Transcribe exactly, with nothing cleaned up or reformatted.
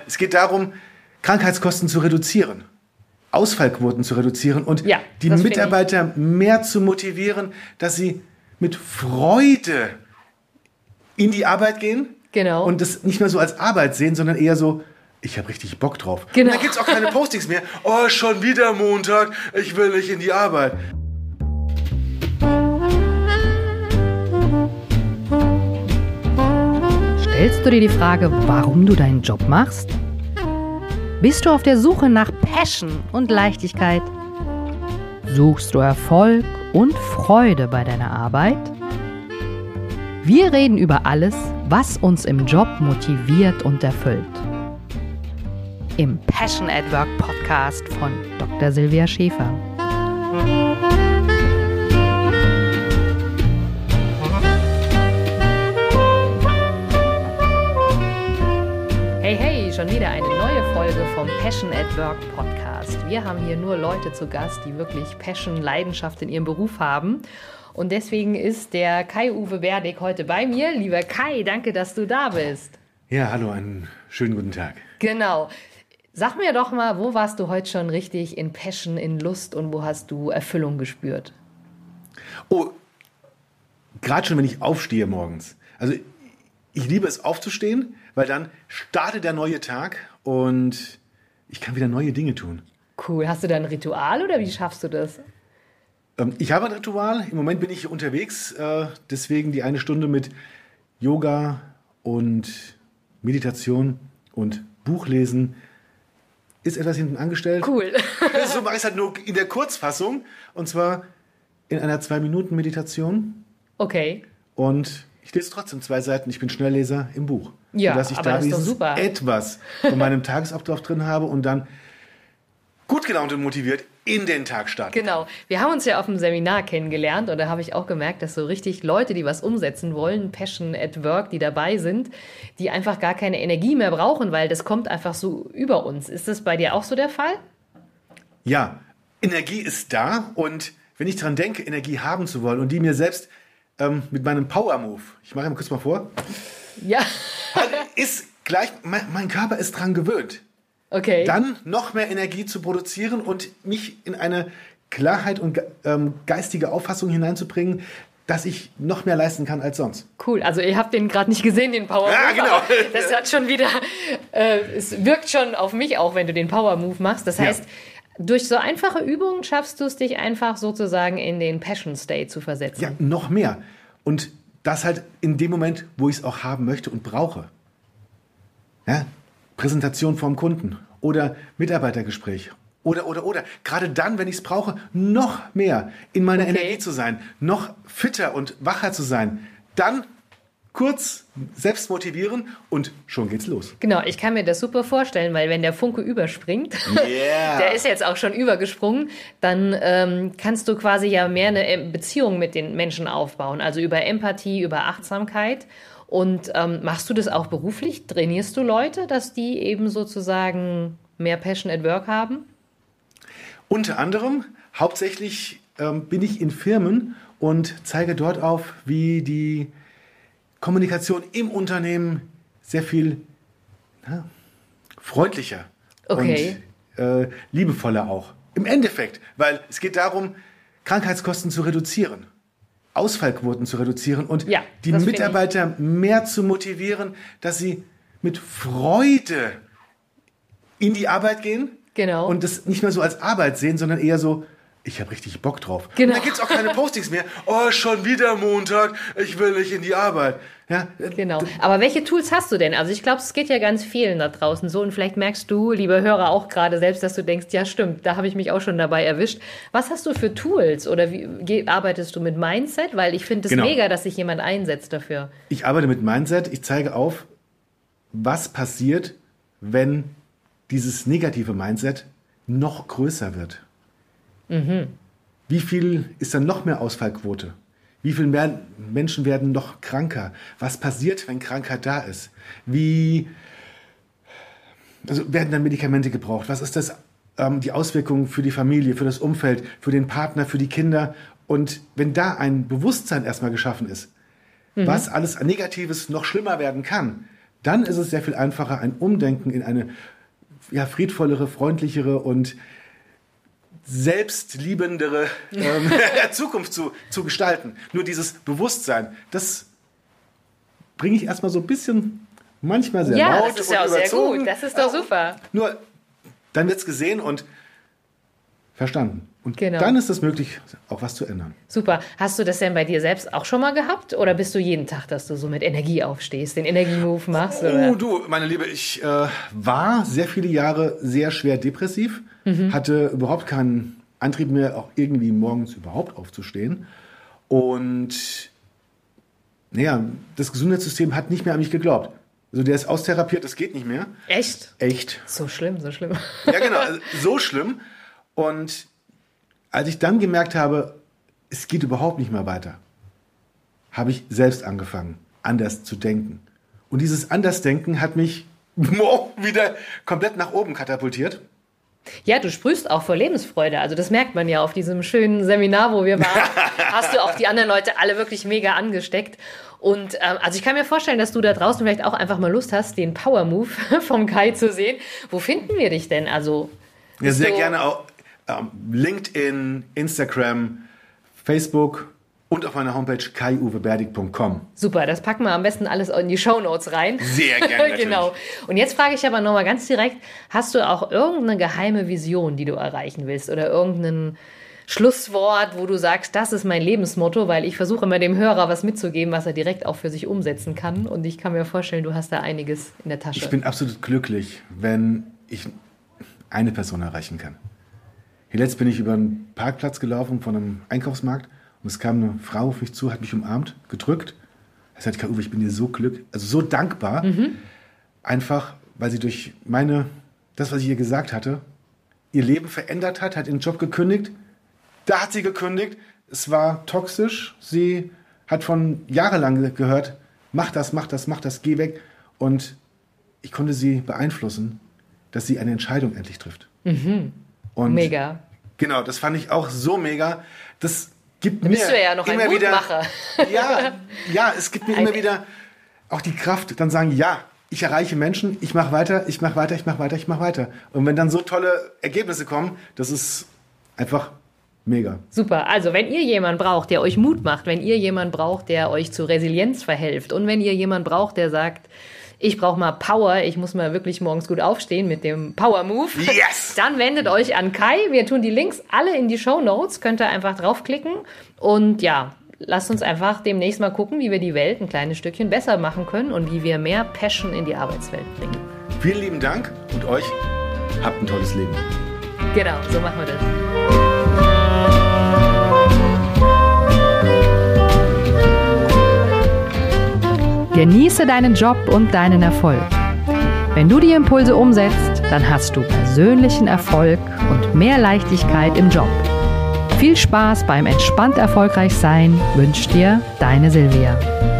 es geht darum, Krankheitskosten zu reduzieren, Ausfallquoten zu reduzieren und ja, die Mitarbeiter mehr zu motivieren, dass sie mit Freude in die Arbeit gehen. Genau. Und das nicht mehr so als Arbeit sehen, sondern eher so, ich habe richtig Bock drauf. Genau. Und da gibt es auch keine Postings mehr. Oh, schon wieder Montag, ich will nicht in die Arbeit. Stellst du dir die Frage, warum du deinen Job machst? Bist du auf der Suche nach Passion und Leichtigkeit? Suchst du Erfolg und Freude bei deiner Arbeit? Wir reden über alles, was uns im Job motiviert und erfüllt. Im Passion at Work Podcast von Doktor Silvia Schäfer. Hey, hey, schon wieder eine neue Folge vom Passion at Work Podcast. Wir haben hier nur Leute zu Gast, die wirklich Passion, Leidenschaft in ihrem Beruf haben. Und deswegen ist der Kai-Uwe Berdig heute bei mir. Lieber Kai, danke, dass du da bist. Ja, hallo, einen schönen guten Tag. Genau. Sag mir doch mal, wo warst du heute schon richtig in Passion, in Lust und wo hast du Erfüllung gespürt? Oh, gerade schon, wenn ich aufstehe morgens. Also ich liebe es aufzustehen, weil dann startet der neue Tag und ich kann wieder neue Dinge tun. Cool. Hast du da ein Ritual oder wie schaffst du das? Ich habe ein Ritual. Im Moment bin ich unterwegs, deswegen die eine Stunde mit Yoga und Meditation und Buchlesen ist etwas hinten angestellt. Cool. So mache ich es halt nur in der Kurzfassung und zwar in einer zwei-Minuten-Meditation. Okay. Und ich lese trotzdem zwei Seiten. Ich bin Schnellleser im Buch. Ja, sodass ich aber da das ist doch super. etwas von meinem Tagesablauf drin habe und dann gut gelaunt und motiviert in den Tag starten. Genau. Wir haben uns ja auf dem Seminar kennengelernt und da habe ich auch gemerkt, dass so richtig Leute, die was umsetzen wollen, Passion at Work, die dabei sind, die einfach gar keine Energie mehr brauchen, weil das kommt einfach so über uns. Ist das bei dir auch so der Fall? Ja, Energie ist da und wenn ich daran denke, Energie haben zu wollen und die mir selbst ähm, mit meinem Power Move, ich mache mal kurz mal vor, ja, ist gleich, mein, mein Körper ist dran gewöhnt. Okay. Dann noch mehr Energie zu produzieren und mich in eine Klarheit und ähm, geistige Auffassung hineinzubringen, dass ich noch mehr leisten kann als sonst. Cool, also ihr habt den gerade nicht gesehen, den Power Move. Ja, genau. Das hat schon wieder, äh, es wirkt schon auf mich auch, wenn du den Power Move machst. Das heißt, ja. durch so einfache Übungen schaffst du es, dich einfach sozusagen in den Passion State zu versetzen. Ja, noch mehr. Und das halt in dem Moment, wo ich es auch haben möchte und brauche. Ja, Präsentation vorm Kunden oder Mitarbeitergespräch oder, oder, oder. Gerade dann, wenn ich es brauche, noch mehr in meiner Okay. Energie zu sein, noch fitter und wacher zu sein. Dann kurz selbst motivieren und schon geht's los. Genau, ich kann mir das super vorstellen, weil wenn der Funke überspringt, Yeah. der ist jetzt auch schon übergesprungen, dann ähm, kannst du quasi ja mehr eine Beziehung mit den Menschen aufbauen, also über Empathie, über Achtsamkeit. Und ähm, machst du das auch beruflich? Trainierst du Leute, dass die eben sozusagen mehr Passion at Work haben? Unter anderem, hauptsächlich ähm, bin ich in Firmen und zeige dort auf, wie die Kommunikation im Unternehmen sehr viel na, freundlicher Okay. und äh, liebevoller auch. Im Endeffekt, weil es geht darum, Krankheitskosten zu reduzieren, Ausfallquoten zu reduzieren und Ja, die das finde Mitarbeiter mehr zu motivieren, dass sie mit Freude in die Arbeit gehen. Genau. Und das nicht mehr so als Arbeit sehen, sondern eher so, ich habe richtig Bock drauf. Genau. Und da gibt es auch keine Postings mehr. Oh, schon wieder Montag, ich will nicht in die Arbeit. Ja, Genau. Aber welche Tools hast du denn? Also ich glaube, es geht ja ganz vielen da draußen so und vielleicht merkst du, liebe Hörer, auch gerade selbst, dass du denkst, ja stimmt, da habe ich mich auch schon dabei erwischt. Was hast du für Tools oder wie ge- arbeitest du mit Mindset? Weil ich finde es Genau. mega, dass sich jemand einsetzt dafür. Ich arbeite mit Mindset. Ich zeige auf, was passiert, wenn dieses negative Mindset noch größer wird. Mhm. Wie viel ist dann noch mehr Ausfallquote? Wie viele mehr Menschen werden noch kranker? Was passiert, wenn Krankheit da ist? Wie also werden dann Medikamente gebraucht? Was ist das, ähm, die Auswirkungen für die Familie, für das Umfeld, für den Partner, für die Kinder? Und wenn da ein Bewusstsein erstmal geschaffen ist, mhm. was alles Negatives noch schlimmer werden kann, dann ist es sehr viel einfacher, ein Umdenken in eine ja, friedvollere, freundlichere und selbstliebendere ähm, Zukunft zu, zu gestalten. Nur dieses Bewusstsein, das bringe ich erstmal so ein bisschen, manchmal sehr ja, laut das ist und ja auch sehr überzogen. gut. Das ist doch super. Nur dann wird es gesehen und verstanden. Und genau. dann ist es möglich, auch was zu ändern. Super. Hast du das denn bei dir selbst auch schon mal gehabt? Oder bist du jeden Tag, dass du so mit Energie aufstehst, den Energiemove machst? Oh, oder? du, meine Liebe, ich äh, war sehr viele Jahre sehr schwer depressiv, mhm. hatte überhaupt keinen Antrieb mehr, auch irgendwie morgens überhaupt aufzustehen. Und naja, das Gesundheitssystem hat nicht mehr an mich geglaubt. Also der ist austherapiert, das geht nicht mehr. Echt? Echt. So schlimm, so schlimm. Ja, genau, also so schlimm. Und als ich dann gemerkt habe, es geht überhaupt nicht mehr weiter, habe ich selbst angefangen, anders zu denken. Und dieses Andersdenken hat mich wieder komplett nach oben katapultiert. Ja, du sprühst auch vor Lebensfreude. Also das merkt man ja auf diesem schönen Seminar, wo wir waren. Hast du auch die anderen Leute alle wirklich mega angesteckt. Und ähm, also ich kann mir vorstellen, dass du da draußen vielleicht auch einfach mal Lust hast, den Power Move vom Kai zu sehen. Wo finden wir dich denn? Also ja, sehr gerne auch ähm, LinkedIn, Instagram, Facebook und auf meiner Homepage kai uwe berdig punkt com. Super, das packen wir am besten alles in die Shownotes rein. Sehr gerne, genau. Und jetzt frage ich aber nochmal ganz direkt, hast du auch irgendeine geheime Vision, die du erreichen willst? Oder irgendein Schlusswort, wo du sagst, das ist mein Lebensmotto, weil ich versuche immer dem Hörer was mitzugeben, was er direkt auch für sich umsetzen kann. Und ich kann mir vorstellen, du hast da einiges in der Tasche. Ich bin absolut glücklich, wenn ich eine Person erreichen kann. Hier letzt bin ich über einen Parkplatz gelaufen von einem Einkaufsmarkt und es kam eine Frau auf mich zu, hat mich umarmt, gedrückt. Er sagt, Kai Uwe, ich bin dir so glücklich, also so dankbar, mhm. einfach, weil sie durch meine, das, was ich ihr gesagt hatte, ihr Leben verändert hat, hat ihren Job gekündigt. Da hat sie gekündigt. Es war toxisch. Sie hat von jahrelang gehört, mach das, mach das, mach das, geh weg. Und ich konnte sie beeinflussen, dass sie eine Entscheidung endlich trifft. Mhm. Und mega. Genau, das fand ich auch so mega. Das gibt da mir bist du ja noch immer ein wieder, Mutmacher. ja, ja, es gibt mir immer wieder auch die Kraft, dann sagen, ja, ich erreiche Menschen, ich mache weiter, ich mache weiter, ich mache weiter, ich mache weiter. Und wenn dann so tolle Ergebnisse kommen, das ist einfach mega. Super. Also, wenn ihr jemanden braucht, der euch Mut macht, wenn ihr jemanden braucht, der euch zu Resilienz verhilft und wenn ihr jemanden braucht, der sagt, ich brauche mal Power, ich muss mal wirklich morgens gut aufstehen mit dem Power Move, yes! Dann wendet euch an Kai. Wir tun die Links alle in die Shownotes, könnt ihr einfach draufklicken und ja, lasst uns einfach demnächst mal gucken, wie wir die Welt ein kleines Stückchen besser machen können und wie wir mehr Passion in die Arbeitswelt bringen. Vielen lieben Dank und euch habt ein tolles Leben. Genau, so machen wir das. Genieße deinen Job und deinen Erfolg. Wenn du die Impulse umsetzt, dann hast du persönlichen Erfolg und mehr Leichtigkeit im Job. Viel Spaß beim entspannt erfolgreich sein wünscht dir deine Silvia.